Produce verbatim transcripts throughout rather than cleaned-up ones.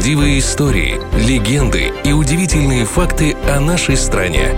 Правдивые истории, легенды и удивительные факты о нашей стране.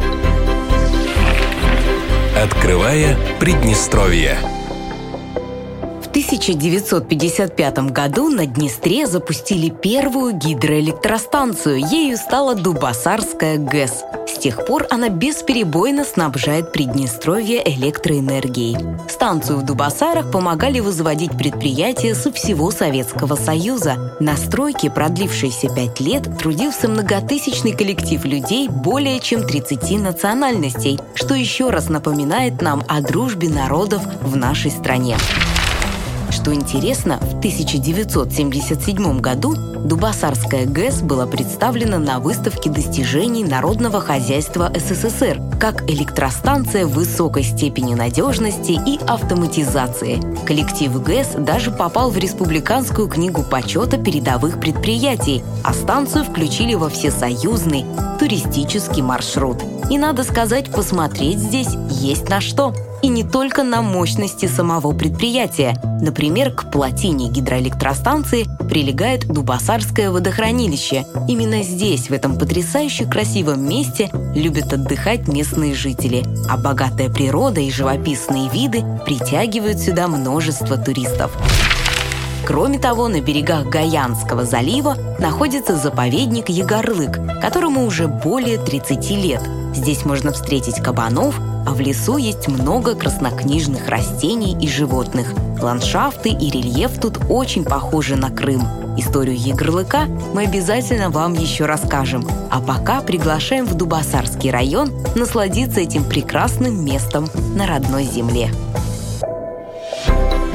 Открывая Приднестровье. В тысяча девятьсот пятьдесят пятом году на Днестре запустили первую гидроэлектростанцию. Ею стала Дубосарская ГЭС. С тех пор она бесперебойно снабжает Приднестровье электроэнергией. Станцию в Дубосарах помогали возводить предприятия со всего Советского Союза. На стройке, продлившейся пять лет, трудился многотысячный коллектив людей более чем тридцати национальностей, что еще раз напоминает нам о дружбе народов в нашей стране. Что интересно, в тысяча девятьсот семьдесят седьмом году Дубосарская ГЭС была представлена на выставке достижений народного хозяйства СССР как электростанция высокой степени надежности и автоматизации. Коллектив ГЭС даже попал в Республиканскую книгу почета передовых предприятий, а станцию включили во всесоюзный туристический маршрут. И надо сказать, посмотреть здесь есть на что. И не только на мощности самого предприятия. Например, к плотине гидроэлектростанции прилегает Дубосарское водохранилище. Именно здесь, в этом потрясающе красивом месте, любят отдыхать местные жители. А богатая природа и живописные виды притягивают сюда множество туристов. Кроме того, на берегах Гаянского залива находится заповедник Егорлык, которому уже более тридцати лет. Здесь можно встретить кабанов, а в лесу есть много краснокнижных растений и животных. Ландшафты и рельеф тут очень похожи на Крым. Историю Егорлыка мы обязательно вам еще расскажем. А пока приглашаем в Дубосарский район насладиться этим прекрасным местом на родной земле.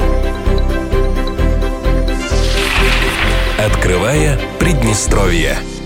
Открывая Приднестровье.